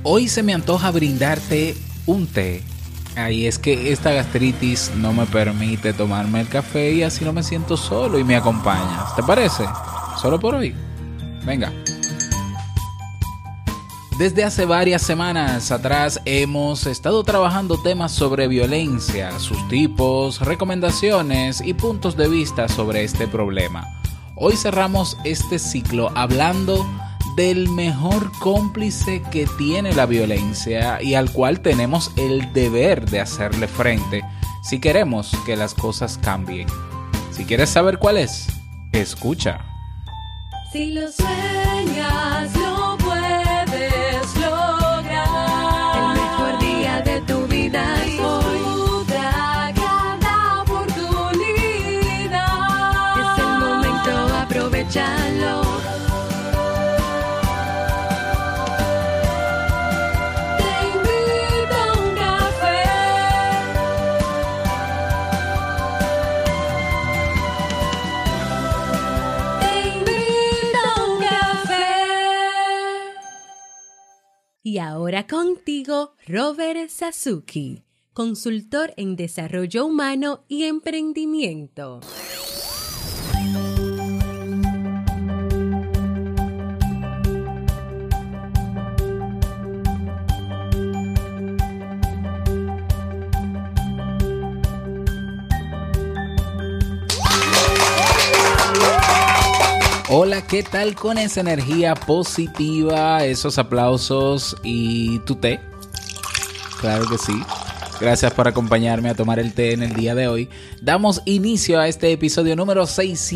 Hoy se me antoja brindarte un té. Ay, es que esta gastritis no me permite tomarme el café y así no me siento solo y me acompañas. ¿Te parece? Solo por hoy. Venga. Desde hace varias semanas atrás hemos estado trabajando temas sobre violencia, sus tipos, recomendaciones y puntos de vista sobre este problema. Hoy cerramos este ciclo hablando del mejor cómplice que tiene la violencia y al cual tenemos el deber de hacerle frente si queremos que las cosas cambien. Si quieres saber cuál es, escucha. Si lo sueñas, lo puedes lograr. El mejor día de tu vida es hoy. Disfruta cada oportunidad. Es el momento, aprovechalo. Y ahora contigo, Robert Sasuki, consultor en desarrollo humano y emprendimiento. Hola, ¿qué tal con esa energía positiva, esos aplausos y tu té? Claro que sí. Gracias por acompañarme a tomar el té en el día de hoy. Damos inicio a este episodio número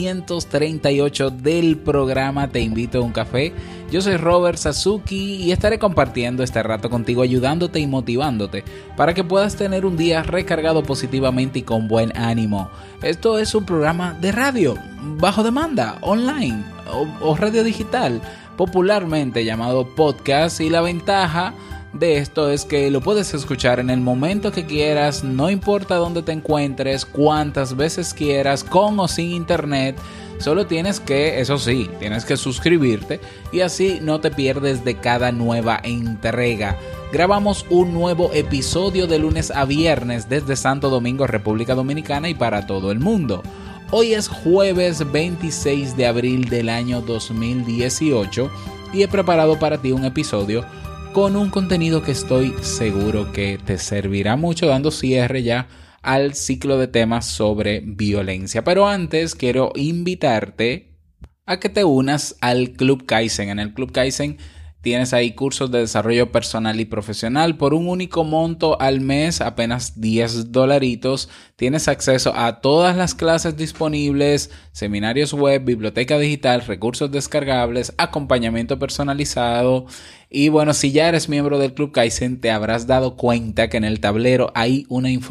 638 del programa Te Invito a un Café. Yo soy Robert Sasuki y estaré compartiendo este rato contigo, ayudándote y motivándote para que puedas tener un día recargado positivamente y con buen ánimo. Esto es un programa de radio, bajo demanda, online o radio digital, popularmente llamado podcast, y la ventaja de esto es que lo puedes escuchar en el momento que quieras, no importa dónde te encuentres, cuántas veces quieras, con o sin internet. Solo tienes que, eso sí, tienes que suscribirte y así no te pierdes de cada nueva entrega. Grabamos un nuevo episodio de lunes a viernes desde Santo Domingo, República Dominicana, y para todo el mundo. Hoy es jueves 26 de abril del año 2018 y he preparado para ti un episodio con un contenido que estoy seguro que te servirá mucho, dando cierre ya al ciclo de temas sobre violencia. Pero antes quiero invitarte a que te unas al Club Kaizen. En el Club Kaizen tienes ahí cursos de desarrollo personal y profesional por un único monto al mes, apenas $10. Tienes acceso a todas las clases disponibles, seminarios web, biblioteca digital, recursos descargables, acompañamiento personalizado. Y bueno, si ya eres miembro del Club Kaizen, te habrás dado cuenta que en el tablero hay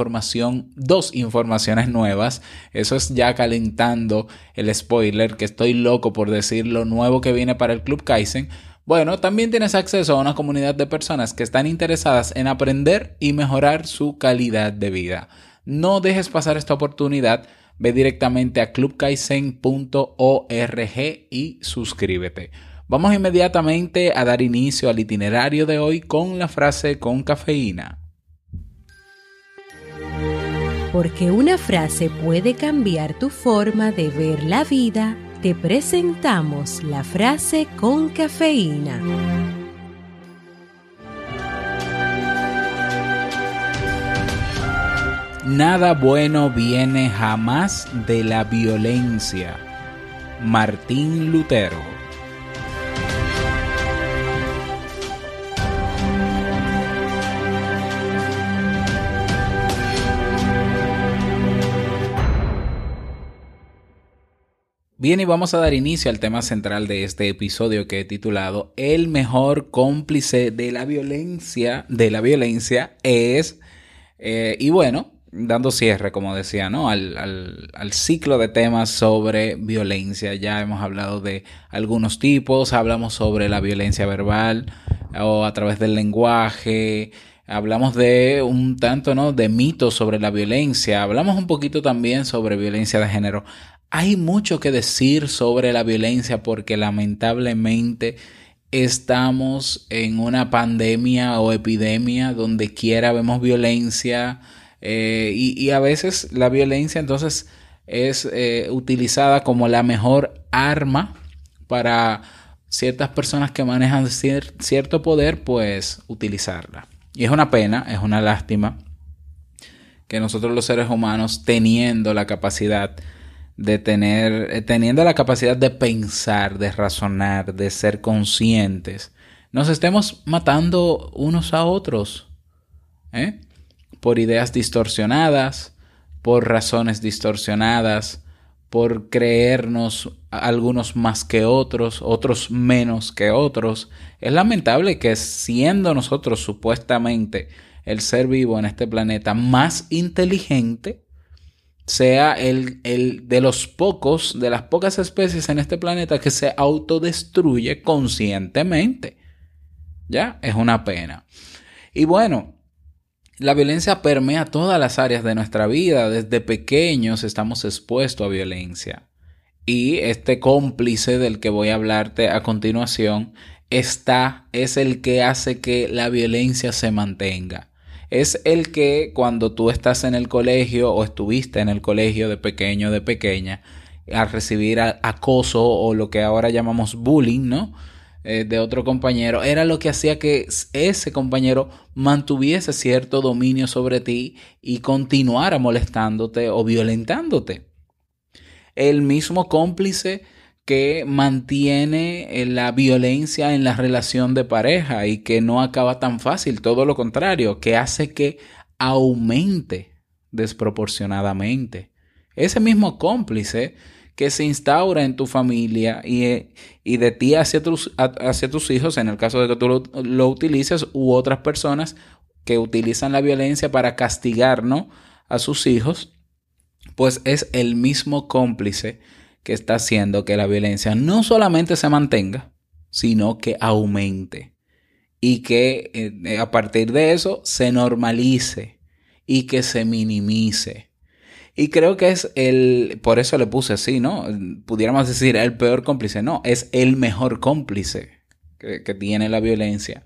dos informaciones nuevas. Eso es ya calentando el spoiler, que estoy loco por decir lo nuevo que viene para el Club Kaizen. Bueno, también tienes acceso a una comunidad de personas que están interesadas en aprender y mejorar su calidad de vida. No dejes pasar esta oportunidad. Ve directamente a clubkaizen.org y suscríbete. Vamos inmediatamente a dar inicio al itinerario de hoy con la frase con cafeína. Porque una frase puede cambiar tu forma de ver la vida, te presentamos la frase con cafeína. Nada bueno viene jamás de la violencia. Martín Lutero. Bien, y vamos a dar inicio al tema central de este episodio que he titulado El mejor cómplice de la violencia es, y bueno, dando cierre, como decía, ¿no? al ciclo de temas sobre violencia. Ya hemos hablado de algunos tipos, hablamos sobre la violencia verbal o a través del lenguaje. Hablamos de un tanto, ¿no?, de mitos sobre la violencia. Hablamos un poquito también sobre violencia de género. Hay mucho que decir sobre la violencia porque lamentablemente estamos en una pandemia o epidemia, donde quiera vemos violencia, y a veces la violencia entonces es utilizada como la mejor arma para ciertas personas que manejan cierto poder, pues utilizarla. Y es una pena, es una lástima que nosotros los seres humanos, teniendo la capacidad teniendo la capacidad de pensar, de razonar, de ser conscientes, nos estemos matando unos a otros, por ideas distorsionadas, por razones distorsionadas, por creernos algunos más que otros, otros menos que otros. Es lamentable que, siendo nosotros supuestamente el ser vivo en este planeta más inteligente, sea el de los pocos, de las pocas especies en este planeta que se autodestruye conscientemente. Ya, es una pena. Y bueno, la violencia permea todas las áreas de nuestra vida. Desde pequeños estamos expuestos a violencia. Y este cómplice del que voy a hablarte a continuación es el que hace que la violencia se mantenga. Es el que, cuando tú estás en el colegio o estuviste en el colegio de pequeño, de pequeña, al recibir acoso o lo que ahora llamamos bullying, ¿no? De otro compañero, era lo que hacía que ese compañero mantuviese cierto dominio sobre ti y continuara molestándote o violentándote. El mismo cómplice que mantiene la violencia en la relación de pareja y que no acaba tan fácil, todo lo contrario, que hace que aumente desproporcionadamente. Ese mismo cómplice que se instaura en tu familia y de ti hacia tus hijos, en el caso de que tú lo utilices, u otras personas que utilizan la violencia para castigar, ¿no?, a sus hijos, pues es el mismo cómplice que está haciendo que la violencia no solamente se mantenga, sino que aumente. Y que a partir de eso se normalice y que se minimice. Y creo que es por eso le puse así, ¿no? Pudiéramos decir el peor cómplice. No, es el mejor cómplice que tiene la violencia.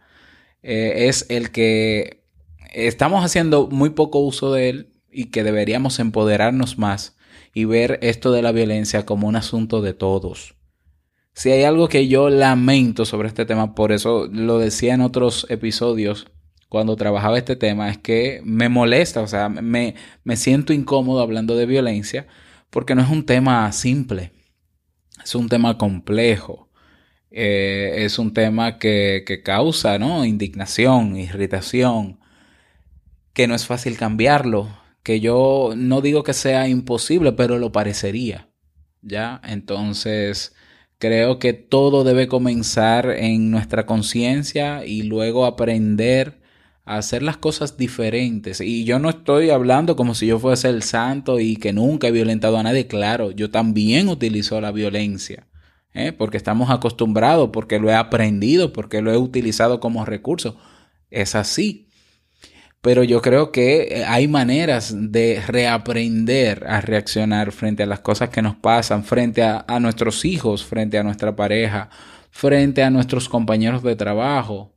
Es el que estamos haciendo muy poco uso de él y que deberíamos empoderarnos más y ver esto de la violencia como un asunto de todos. Si hay algo que yo lamento sobre este tema, por eso lo decía en otros episodios cuando trabajaba este tema, es que me molesta, o sea, me siento incómodo hablando de violencia, porque no es un tema simple, es un tema complejo, es un tema que causa, ¿no?, indignación, irritación, que no es fácil cambiarlo, que yo no digo que sea imposible, pero lo parecería, ¿ya? Entonces, creo que todo debe comenzar en nuestra conciencia y luego aprender a hacer las cosas diferentes. Y yo no estoy hablando como si yo fuese el santo y que nunca he violentado a nadie. Claro, yo también utilizo la violencia, porque estamos acostumbrados, porque lo he aprendido, porque lo he utilizado como recurso. Es así. Pero yo creo que hay maneras de reaprender a reaccionar frente a las cosas que nos pasan, frente a nuestros hijos, frente a nuestra pareja, frente a nuestros compañeros de trabajo.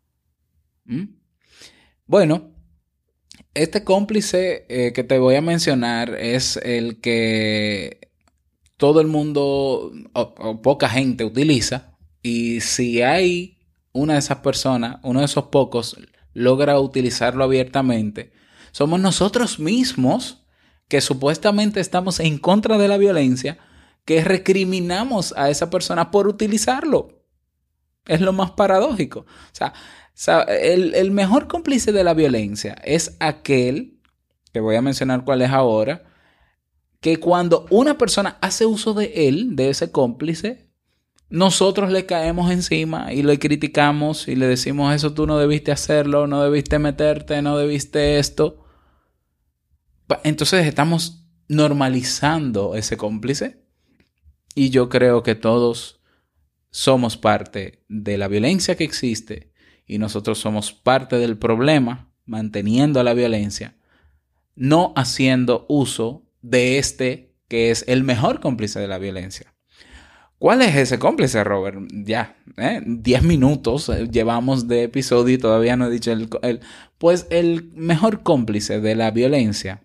Bueno, este cómplice que te voy a mencionar es el que todo el mundo o poca gente utiliza. Y si hay una de esas personas, uno de esos pocos, logra utilizarlo abiertamente, somos nosotros mismos que supuestamente estamos en contra de la violencia, que recriminamos a esa persona por utilizarlo. Es lo más paradójico. O sea, el mejor cómplice de la violencia es aquel, que voy a mencionar cuál es ahora, que cuando una persona hace uso de él, de ese cómplice, nosotros le caemos encima y le criticamos y le decimos: eso tú no debiste hacerlo, no debiste meterte, no debiste esto. Entonces estamos normalizando ese cómplice y yo creo que todos somos parte de la violencia que existe y nosotros somos parte del problema manteniendo la violencia, no haciendo uso de este que es el mejor cómplice de la violencia. ¿Cuál es ese cómplice, Robert? Ya, 10 minutos llevamos de episodio y todavía no he dicho pues el mejor cómplice de la violencia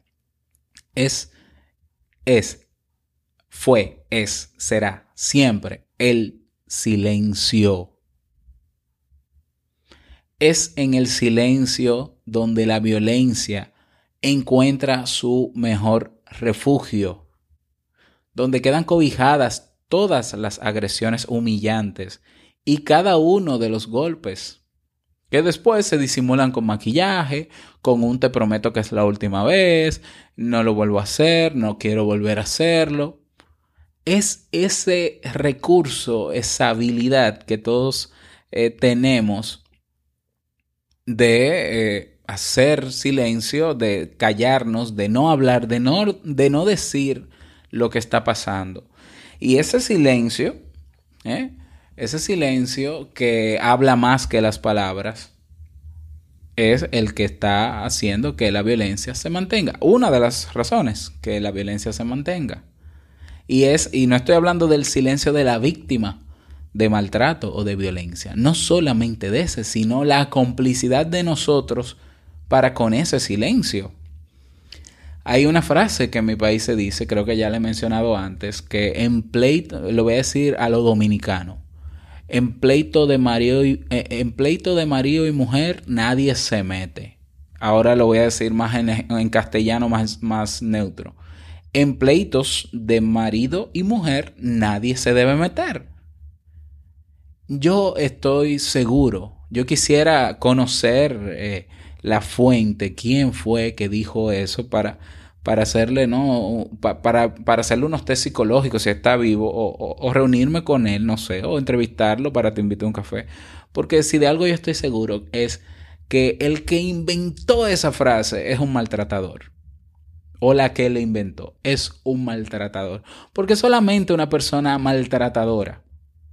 será siempre el silencio. Es en el silencio donde la violencia encuentra su mejor refugio, donde quedan cobijadas todas las agresiones humillantes y cada uno de los golpes, que después se disimulan con maquillaje, con un te prometo que es la última vez, no lo vuelvo a hacer, no quiero volver a hacerlo. Es ese recurso, esa habilidad que todos tenemos de hacer silencio, de callarnos, de no hablar, de no decir lo que está pasando. Y ese silencio que habla más que las palabras, es el que está haciendo que la violencia se mantenga. Una de las razones que la violencia se mantenga. Y no estoy hablando del silencio de la víctima de maltrato o de violencia. No solamente de ese, sino la complicidad de nosotros para con ese silencio. Hay una frase que en mi país se dice, creo que ya la he mencionado antes, que en pleito, lo voy a decir a lo dominicano, en pleito de marido y mujer nadie se mete. Ahora lo voy a decir más en castellano, más neutro. En pleitos de marido y mujer nadie se debe meter. Yo estoy seguro, yo quisiera conocer la fuente, quién fue que dijo eso para hacerle, ¿no? Para hacerle unos test psicológicos si está vivo o reunirme con él, no sé, o entrevistarlo para te invito a un café. Porque si de algo yo estoy seguro es que el que inventó esa frase es un maltratador. O la que le inventó es un maltratador. Porque solamente una persona maltratadora,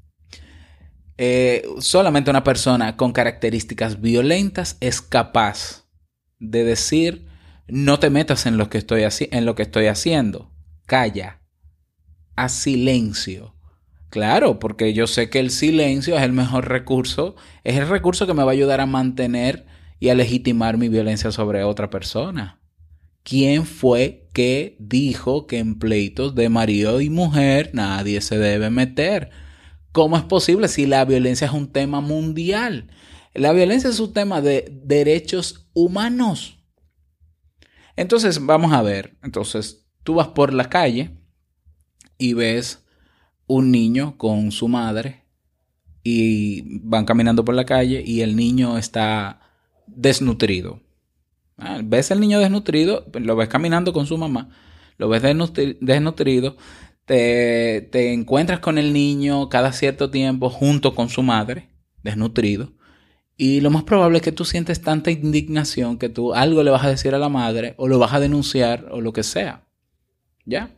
solamente una persona con características violentas es capaz de decir: no te metas en lo que estoy haciendo. Calla. Haz silencio. Claro, porque yo sé que el silencio es el mejor recurso. Es el recurso que me va a ayudar a mantener y a legitimar mi violencia sobre otra persona. ¿Quién fue que dijo que en pleitos de marido y mujer nadie se debe meter? ¿Cómo es posible si la violencia es un tema mundial? La violencia es un tema de derechos humanos. Entonces, vamos a ver. Entonces, tú vas por la calle y ves un niño con su madre y van caminando por la calle y el niño está desnutrido. Ves el niño desnutrido, lo ves caminando con su mamá, lo ves desnutrido, te encuentras con el niño cada cierto tiempo junto con su madre, desnutrido, y lo más probable es que tú sientes tanta indignación que tú algo le vas a decir a la madre o lo vas a denunciar o lo que sea, ¿ya?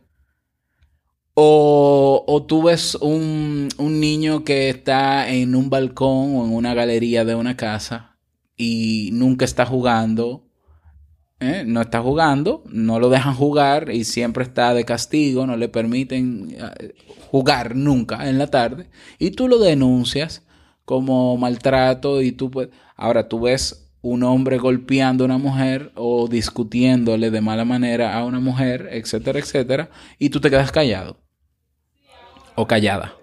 O tú ves un niño que está en un balcón o en una galería de una casa y nunca está jugando. No está jugando, no lo dejan jugar y siempre está de castigo, no le permiten jugar nunca en la tarde y tú lo denuncias como maltrato y ahora tú ves un hombre golpeando a una mujer o discutiéndole de mala manera a una mujer, etcétera, etcétera, y tú te quedas callado o callada.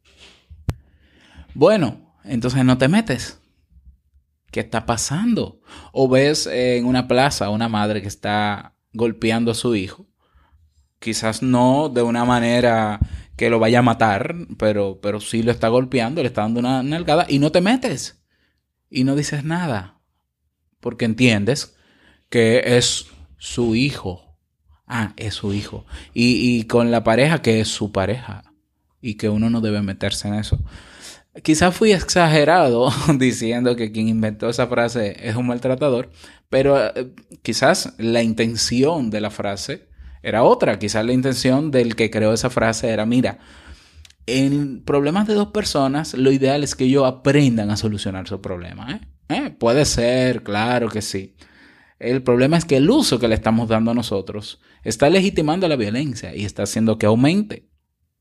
Bueno, entonces no te metes. ¿Qué está pasando? O ves en una plaza a una madre que está golpeando a su hijo. Quizás no de una manera que lo vaya a matar, pero sí lo está golpeando, le está dando una nalgada y no te metes. Y no dices nada. Porque entiendes que es su hijo. Es su hijo. Y con la pareja que es su pareja. Y que uno no debe meterse en eso. Quizás fui exagerado diciendo que quien inventó esa frase es un maltratador, pero quizás la intención de la frase era otra. Quizás la intención del que creó esa frase era: mira, en problemas de dos personas, lo ideal es que ellos aprendan a solucionar su problema. Puede ser, claro que sí. El problema es que el uso que le estamos dando a nosotros está legitimando la violencia y está haciendo que aumente.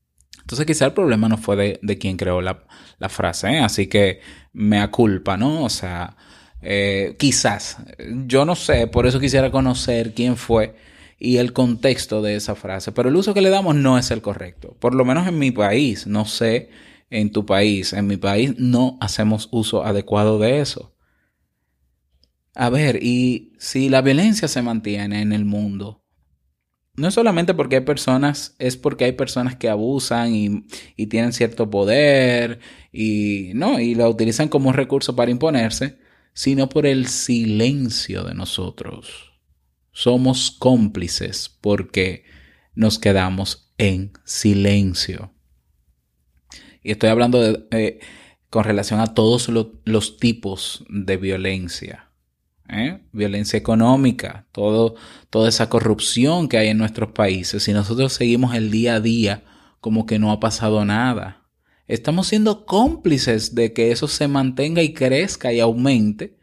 Entonces quizá el problema no fue de quien creó la frase, ¿eh? Así que mea culpa, ¿no? O sea, quizás, yo no sé, por eso quisiera conocer quién fue y el contexto de esa frase, pero el uso que le damos no es el correcto. Por lo menos en mi país, no sé en tu país, en mi país no hacemos uso adecuado de eso. A ver, y si la violencia se mantiene en el mundo, no es solamente porque hay personas, es porque hay personas que abusan y tienen cierto poder y lo utilizan como un recurso para imponerse, sino por el silencio de nosotros. Somos cómplices porque nos quedamos en silencio. Y estoy hablando con relación a todos los tipos de violencia. Violencia económica, toda esa corrupción que hay en nuestros países. Y nosotros seguimos el día a día como que no ha pasado nada. Estamos siendo cómplices de que eso se mantenga y crezca y aumente.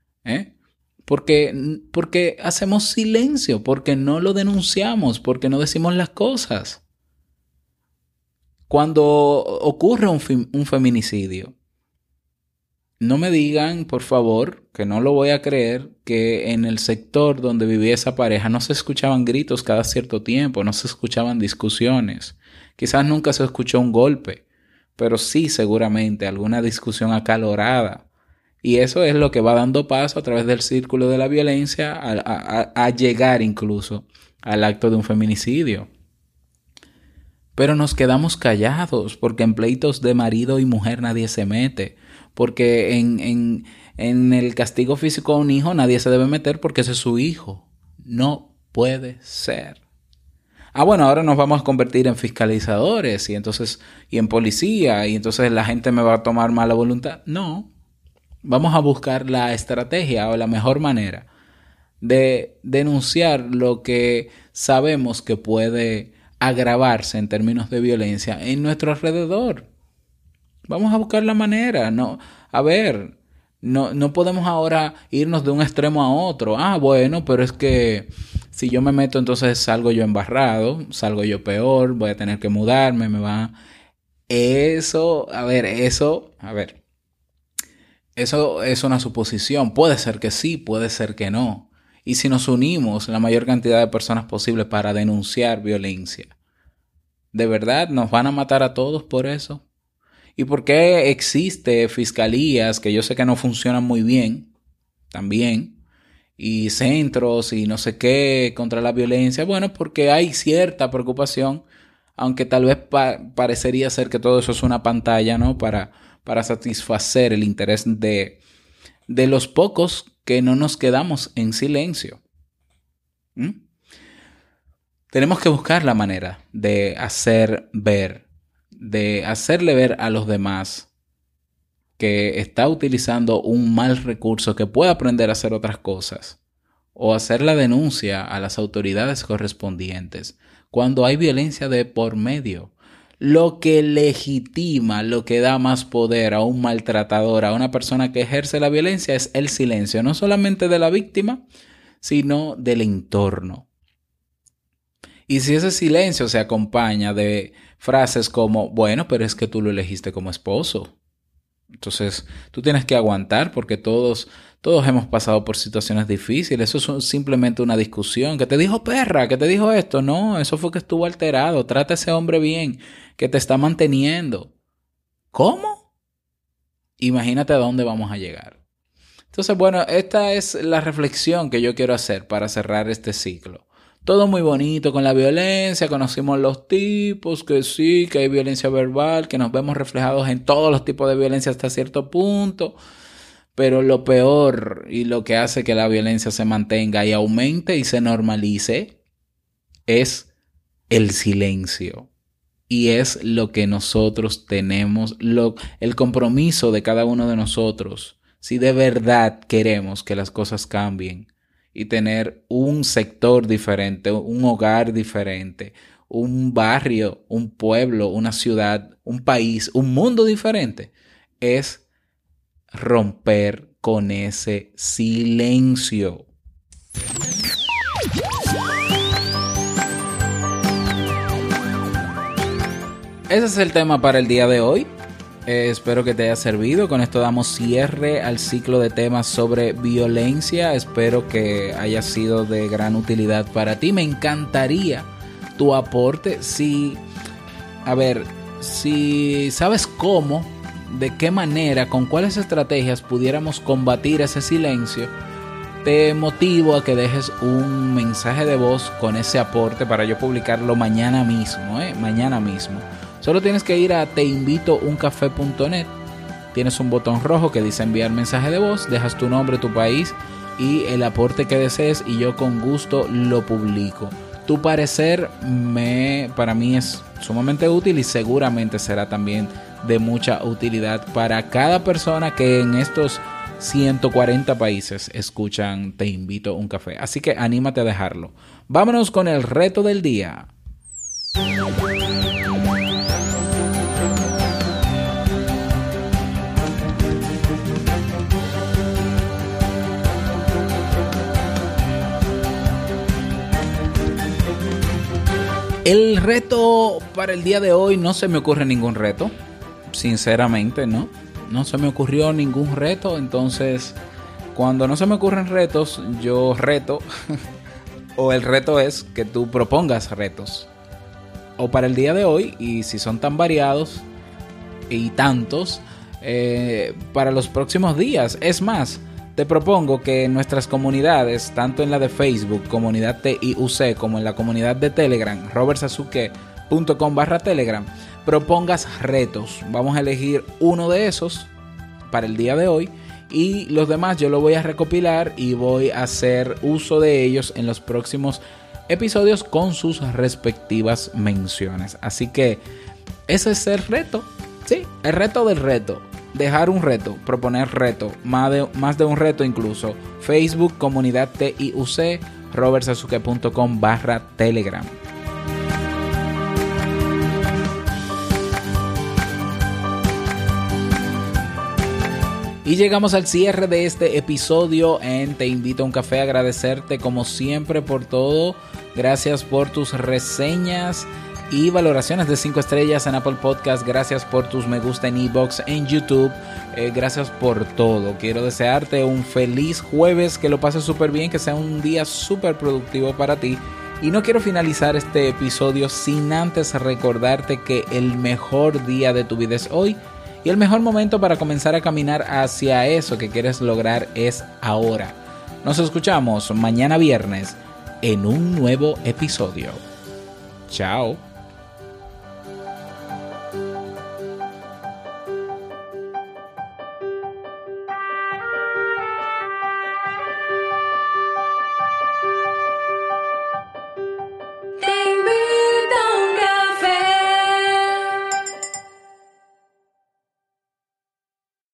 Porque hacemos silencio, porque no lo denunciamos, porque no decimos las cosas. Cuando ocurre un feminicidio, no me digan, por favor, que no lo voy a creer, que en el sector donde vivía esa pareja no se escuchaban gritos cada cierto tiempo, no se escuchaban discusiones. Quizás nunca se escuchó un golpe, pero sí seguramente alguna discusión acalorada. Y eso es lo que va dando paso a través del círculo de la violencia a llegar incluso al acto de un feminicidio. Pero nos quedamos callados porque en pleitos de marido y mujer nadie se mete. Porque en el castigo físico a un hijo nadie se debe meter porque ese es su hijo. No puede ser. Bueno, ahora nos vamos a convertir en fiscalizadores y en policía y entonces la gente me va a tomar mala voluntad. No. Vamos a buscar la estrategia o la mejor manera de denunciar lo que sabemos que puede agravarse en términos de violencia en nuestro alrededor. Vamos a buscar la manera. No podemos ahora irnos de un extremo a otro. Bueno, pero es que si yo me meto entonces salgo yo embarrado, salgo yo peor, voy a tener que mudarme, Eso es una suposición. Puede ser que sí, puede ser que no. Y si nos unimos la mayor cantidad de personas posible para denunciar violencia, ¿de verdad nos van a matar a todos por eso? ¿Y por qué existe fiscalías que yo sé que no funcionan muy bien también? Y centros y no sé qué contra la violencia. Bueno, porque hay cierta preocupación, aunque tal vez parecería ser que todo eso es una pantalla, ¿no? Para satisfacer el interés de los pocos que no nos quedamos en silencio. Tenemos que buscar la manera de hacerle ver a los demás que está utilizando un mal recurso, que puede aprender a hacer otras cosas, o hacer la denuncia a las autoridades correspondientes cuando hay violencia de por medio. Lo que legitima, lo que da más poder a un maltratador, a una persona que ejerce la violencia, es el silencio, no solamente de la víctima, sino del entorno. Y si ese silencio se acompaña de frases como, bueno, pero es que tú lo elegiste como esposo, entonces tú tienes que aguantar porque todos hemos pasado por situaciones difíciles. Eso es simplemente una discusión. Que te dijo perra, que te dijo esto. No, eso fue que estuvo alterado. Trata a ese hombre bien, que te está manteniendo. ¿Cómo? Imagínate a dónde vamos a llegar. Entonces, bueno, esta es la reflexión que yo quiero hacer para cerrar este ciclo. Todo muy bonito con la violencia, conocimos los tipos, que sí, que hay violencia verbal, que nos vemos reflejados en todos los tipos de violencia hasta cierto punto, pero lo peor y lo que hace que la violencia se mantenga y aumente y se normalice es el silencio. Y es lo que nosotros tenemos, el compromiso de cada uno de nosotros, si de verdad queremos que las cosas cambien. Y tener un sector diferente, un hogar diferente, un barrio, un pueblo, una ciudad, un país, un mundo diferente, es romper con ese silencio. ese es el tema para el día de hoy. Espero que te haya servido. Con esto damos cierre al ciclo de temas sobre violencia. Espero que haya sido de gran utilidad para ti. Me encantaría tu aporte. Si sabes cómo, de qué manera, con cuáles estrategias pudiéramos combatir ese silencio, te motivo a que dejes un mensaje de voz con ese aporte para yo publicarlo mañana mismo. Mañana mismo. Solo tienes que ir a teinvitouncafé.net. Tienes un botón rojo que dice enviar mensaje de voz. Dejas tu nombre, tu país y el aporte que desees y yo con gusto lo publico. Tu parecer para mí es sumamente útil y seguramente será también de mucha utilidad para cada persona que en estos 140 países escuchan Te Invito a un Café. Así que anímate a dejarlo. Vámonos con el reto del día. El reto para el día de hoy, no se me ocurre ningún reto. Sinceramente, no se me ocurrió ningún reto. Entonces, cuando no se me ocurren retos, yo reto. O el reto es que tú propongas retos. O para el día de hoy, y si son tan variados y tantos, para los próximos días. Es más, te propongo que en nuestras comunidades, tanto en la de Facebook, comunidad TIUC, como en la comunidad de Telegram, robertsazuke.com/Telegram, propongas retos. Vamos a elegir uno de esos para el día de hoy y los demás yo lo voy a recopilar y voy a hacer uso de ellos en los próximos episodios con sus respectivas menciones. Así que ese es el reto. Sí, el reto del reto. Dejar un reto, proponer reto, más de un reto incluso. Facebook, comunidad TIUC, robertsazuke.com/Telegram. Y llegamos al cierre de este episodio en Te Invito a un Café. Agradecerte como siempre por todo. Gracias por tus reseñas y valoraciones de 5 estrellas en Apple Podcast. Gracias por tus me gusta en iVoox, en YouTube. Gracias por todo. Quiero desearte un feliz jueves, que lo pases súper bien, que sea un día súper productivo para ti. Y no quiero finalizar este episodio sin antes recordarte que el mejor día de tu vida es hoy. Y el mejor momento para comenzar a caminar hacia eso que quieres lograr es ahora. Nos escuchamos mañana viernes en un nuevo episodio. Chao.